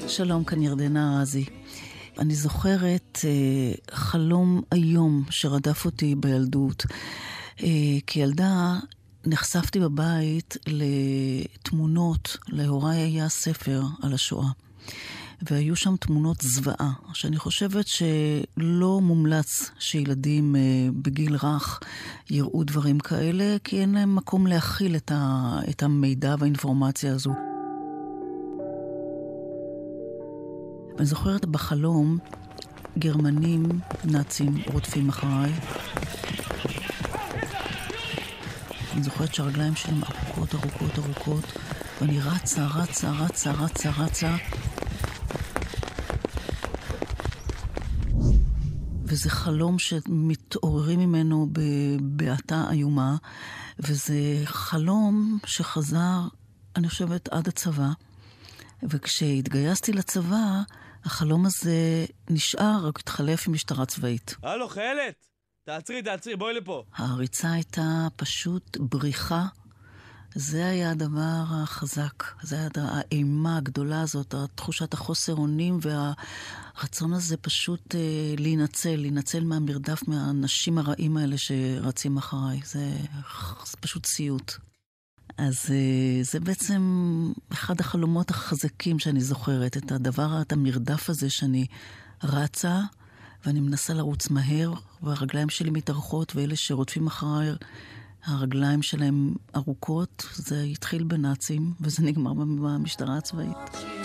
שלום, כאן ירדנה ארזי. אני זוכרת חלום היום שרדף אותי בילדות. כילדה נחשפתי בבית לתמונות, להוריי היה ספר על השואה. והיו שם תמונות זוועה, שאני חושבת שלא מומלץ שילדים בגיל רך יראו דברים כאלה, כי אין להם מקום להכיל את המידע והאינפורמציה הזו. אני זוכרת בחלום גרמנים נאצים רודפים אחריי. אני זוכרת שהרגליים שלהם ארוכות, ארוכות, ארוכות, ואני רצה, רצה, רצה, רצה, רצה. וזה חלום שמתעוררים ממנו בבעתה איומה, וזה חלום שחזר, אני חושבת, עד הצבא. וכשהתגייסתי לצבא, החלום הזה נשאר, רק התחלף עם משטרה צבאית. הלו, חיילת! תעצרי, בואי לפה. ההריצה הייתה פשוט בריחה. זה היה הדבר החזק. זה היה האימה הגדולה הזאת, תחושת החוסר אונים והרצון הזה פשוט להינצל מהמרדף, מהאנשים הרעים האלה שרצים אחריי. זה פשוט סיוט. אז זה בעצם אחד החלומות החזקים שאני זוכרת, את המרדף הזה שאני רצה, ואני מנסה לרוץ מהר, והרגליים שלי מתארכות, ואלה שרודפים אחריי, הרגליים שלהם ארוכות. זה התחיל בנאצים, וזה נגמר במשטרה הצבאית.